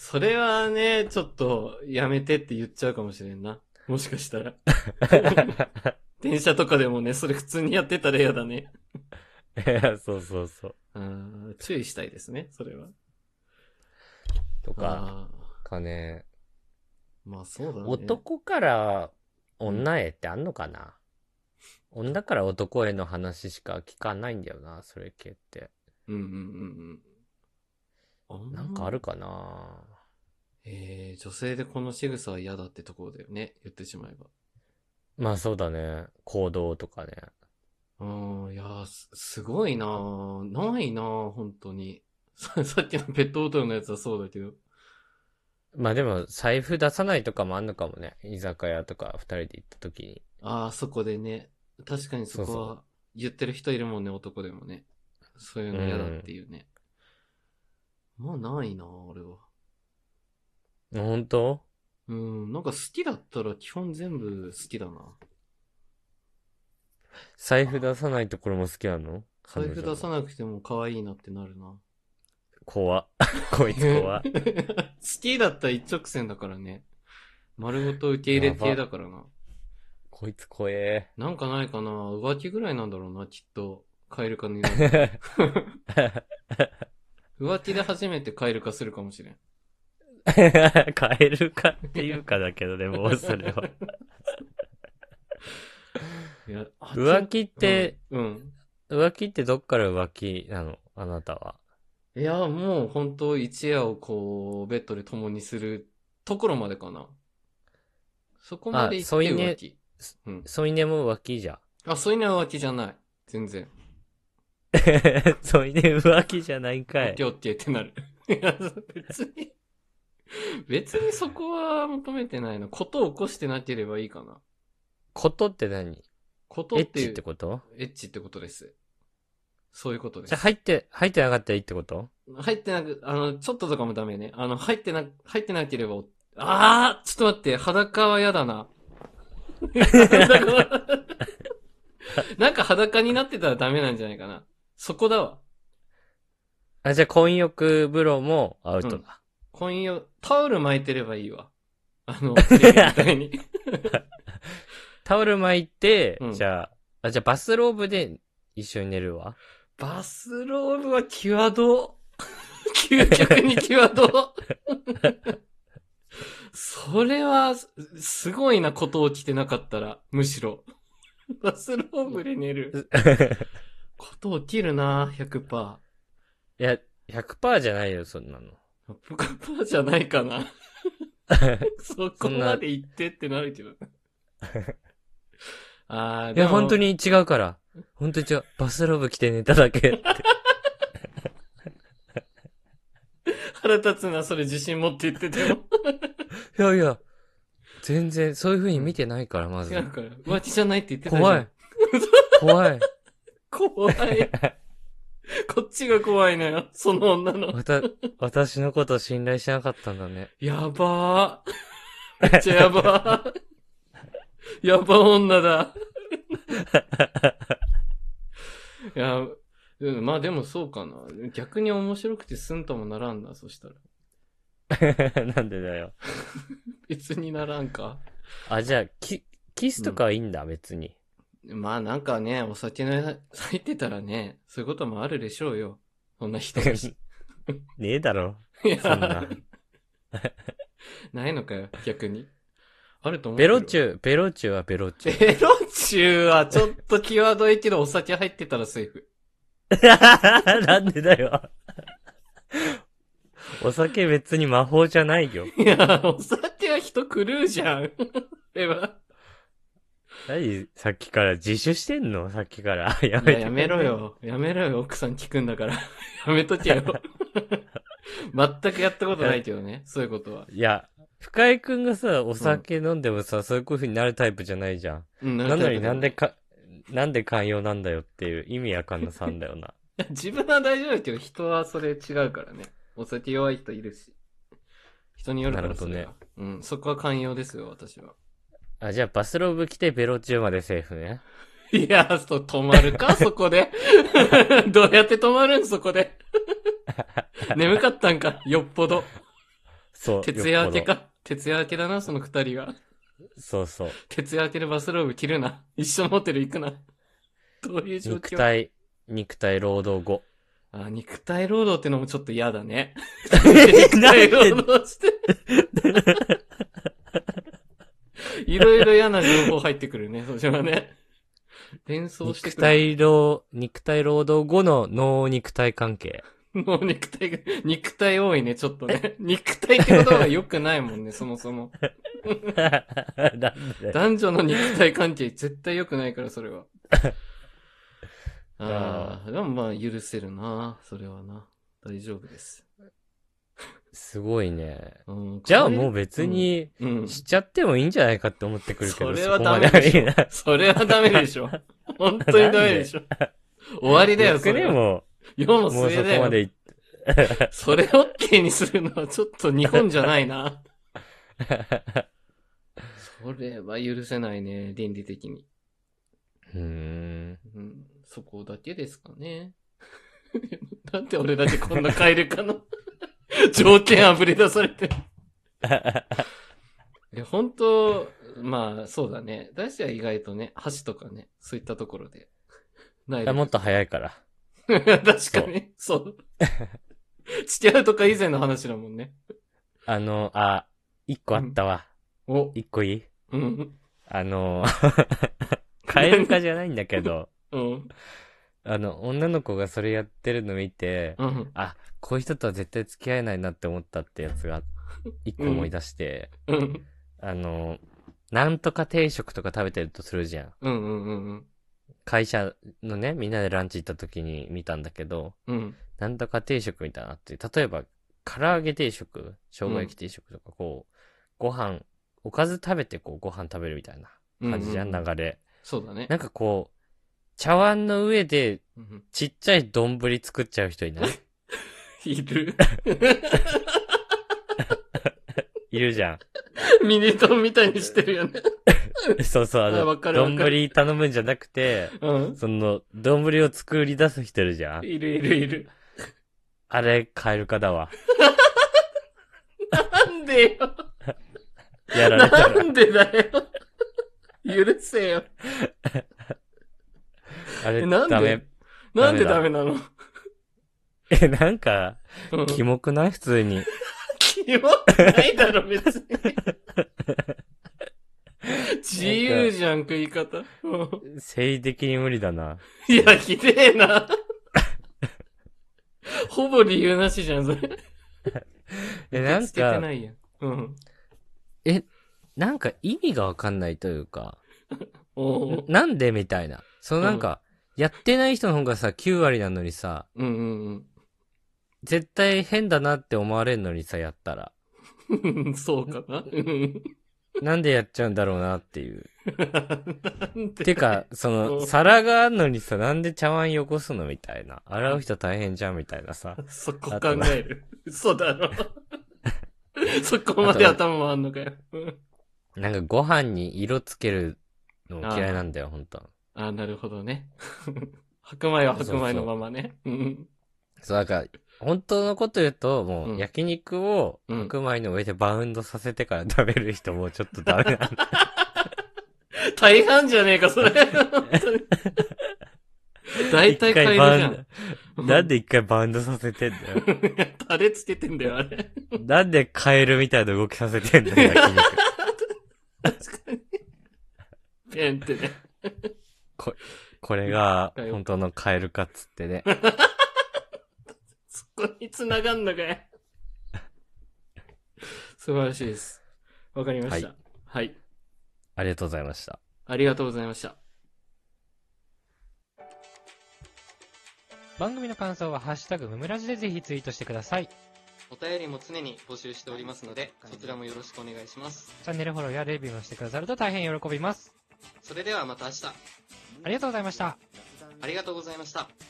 それはね、ちょっとやめてって言っちゃうかもしれんな。もしかしたら。電車とかでもね、それ普通にやってたら嫌だね。 いや、そうそうそう。 注意したいですね、それは。 とか、 あかね。 まあそうだね。 男からうん。 女へってあんのかな？女から男への話しか聞かないんだよな、それ系って。 うんうんうんうん。 なんかあるかな？ 女性でこの仕草は嫌だってところだよね。言ってしまえば。 まあそうだね。行動とかね。 いやー、すごいなー。ないなー、本当に。さっきのペットボトルのやつはそうだけど。 まあでも、財布出さないとかもあんのかもね。居酒屋とか二人で行った時に。 ああ、そこでね。確かにそそうそこは言ってる人いるもんね、男でもね。そういうう。うの嫌だってん。 いうね。まあないなー、俺は。 本当？ うん、なんか好きだったら基本全部好きだな。 財布出さないところも好きなの？彼財布出女の。 さなくても可愛いなってなるな。 怖っ。こいつ怖っ。 好きだったら一直線だからね。丸ごと受け入れ系やば。 だからな。 こいつ怖え。 なんかないかな。浮気ぐらいなんだろうな、きっと。カエル化になるのは。浮気で初めてカエル化するかもしれん。 カエルかっていうかだけどね、もうそれは。 いや、初め、 浮気っうん、 て、 うん。 浮気ってどっから浮気なの？あなたは。 いや、もう本当一夜をこう、ベッドで共にするところまでかな。そこまあ、 で行っ添い寝、 て浮気。うん。 添い寝も浮気じゃん。 あ、そういうのは浮気じゃない。全然。 添い寝浮気じゃないんかい。 オッケーオッケーってなる。いや、別にそこは求めてないな。ことを起こしてなければいいかな。 ことって何？ ことエッチっっていう、 てこと？ エッチってことです。そういうことでじゃあす。 入ってなかったらいいってこと？ 入ってなく、ちょっととかもダメね。入ってなければちょっと待って、裸は嫌だな。なんか裸になってたらダメなんじゃないかな。そこだわ。 あ、じゃあ混浴風呂もアウうん。 トだ。 今夜、タオル巻いてればいいわ。セリみたいに。 タオル巻いて、 うん。 じゃあバスローブで一緒に寝るわ。 バスローブは際ど。究極に際ど。それは、すごいなことを着てなかったら、むしろ。バスローブで寝る。こと起きるな、100%。 いや、100% じゃないよ、そんなの。 100%じゃないかな。そこそんな、いまで言ってってなるけど。でや、本当も、 に違うから。本当に違う。バスローブ着て寝ただけって。 腹立つな、それ自信持って言ってても。 いやいや、全然、そういう風うん。 に見てないから、まず。 違うから。浮気じゃないって言ってたじゃん。 怖い。怖い。 怖い。こっちが怖いのよ、その女の。 わた、私のこと信頼しなかったんだね。 やばー。めっちゃやばー。やば女だ。いや、まあでもそうかな。逆に面白くてすんともならんな、そしたら。 なんでだよ。 別にならんか。 あ、じゃあ、キスとかうん。 はいいんだ、別に。 まあなんかね、お酒の入ってたらね、そういうこともあるでしょうよ。そんな人だし。 ねえだろ。 いや、 そんな。 ないのかよ、逆に。あると思ってるわ。 ベロチュはベロチュ。 ベロチューはちょっと際どいけどお酒入ってたらセーフ。 なんでだよ。お酒別に魔法じゃないよ。 いや、お酒は人狂うじゃん。では。 何さっきから自首してんの？さっきから。やいや、 めやめてくんね？ ろよ。やめろよ。奥さん聞くんだから。やめとけよ。全くやったこといや、 ないけどね。そういうことは。 いや、深井くんがさ、おうん。 酒飲んでもさ、そういう風になるタイプじゃないじゃん。 うん、なるタイなのにプではない。 なんで寛容なんだよっていう意味わかんなさんだよな。 いや自分は大丈夫だけど、人はそれ違うからね。お酒弱い人いるし。人によるなから、それは。 るほどね。 うん、そこは寛容ですよ、私は。 あ、じゃあバスローブ着てベロチューまでセーフね。 いや、止まるかそこで。どうやって止まるんそこで。眠かったんかよっぽど。 そう。 徹夜明けよっぽか。徹夜明けだな、その二人が。 ど。そうそう。 徹夜明けでバスローブ着るな。一緒のホテル行くな。どういう状況？ 肉体労働後。 あ、肉体労働ってのもちょっと嫌だね。肉体労働して。いろいろ嫌な情報入ってくるね、そちらね。連想してくる。 肉体労働後の脳肉体関係。 もう肉体多いね、ちょっとね。肉体ってことが良くないもんね、そもそも。 なんで男女の肉体関係絶対良くないから、それは。ああ、でもまあ許せるな、それはな。大丈夫です。 すごいね。 うん、 じゃあもう別に、 うん。 しちゃってもいいんじゃないかって思ってくるけど、 それはダメでしょ。それはダメでしょ。本当にダメでしょ。終わりだよ、それは。 も世もうそ末だよ。 こまでそれ OK にするのはちょっと日本じゃないな。それは許せないね、倫理的に。うん、そこだけですかね。なんで俺だけこんなカエル化の条件あぶり出されてる。本当、まあそうだね。大事は意外とね、橋とかね、そういったところで。 もっと早いから。 確かに。そう。付き合うとか以前の話だもんね。 一個あったわ。 お、 一個いい？ うん。 カエル化じゃないんだけど、 うん。 女の子がそれやってるの見て、 うん。 こういう人とは絶対付き合えないなって思ったってやつが、一個思い出して、 うん。 なんとか定食とか食べてるとするじゃん。 うんうんうんうん。 会社のね、みんなでランチ行った時に見たんだけど、 うん。 なんとか定食みたいなのあって、例えば、唐揚げ定食、生姜焼き定食とか、ご飯、おかず食べてご飯食べるみたいな感じじゃん、 うんうんうん流れ。 そうだね。 なんか茶碗の上でうんちっちゃい丼作っちゃう人いないいる。 いるじゃミニトンみたいにしてるよね。 ん。そうそう、 わかるわかる丼頼むんじゃなくて、 うん。 丼を作り出す人いるじゃん。 いるいるいる。 あれ、カエル化だわ。 なんでよ。 やられたら。 なんでだよ。許せよ。 あれ、 なんでダメ。 なんでダメなの？ なんか、キモくない普通に。 キモくないだろ、別に。自由じゃん、食い方。 生理的に無理だな。 いや、ひでえな。ほぼ理由なしじゃん、それ。 なんつけてか、 ないやん。うん。 なんか意味がわかんないというか、 おなんでみたいな。なんか、やってない人の方がさ、9割なのにさ、 うん絶対変だなって思われるのにさ、やったら。 うん。そうかな。 なんでやっちゃうんだろうなっていう。 なんでてか、皿があんのにさ、なんで茶碗汚すのみたいな。洗う人大変じゃんみたいなさ。 そこ考える。嘘だろ。そこまで頭回んのかよ。 なんかご飯に色つけるの嫌いなんだよ、ほんと。 なるほどね。白米は白米のままね。 そう、だから、本当のこと言うと、もう、焼肉を白米の上でバウンドさせてから食べる人もちょっとダメなんだ。 大半じゃねえか、それ。大体カエルじゃん。 なんで一回バウンドさせてんだよ。 タレつけてんだよ、あれ。 なんでカエルみたいな動きさせてんだよ、焼肉。 確かに。ペンってね。 これが、本当のカエルかっつってね。 そこに繋がんのかよ。素晴らしいです。わかりました。はい。 ありがとうございました。 ありがとうございました。 番組の感想はハッシュタグムムラジでぜひツイートしてください。 お便りも常に募集しておりますので、そちらもよろしくお願いします。 チャンネルフォローやレビューもしてくださると大変喜びます。 それではまた明日。 ありがとうございました。 ありがとうございました。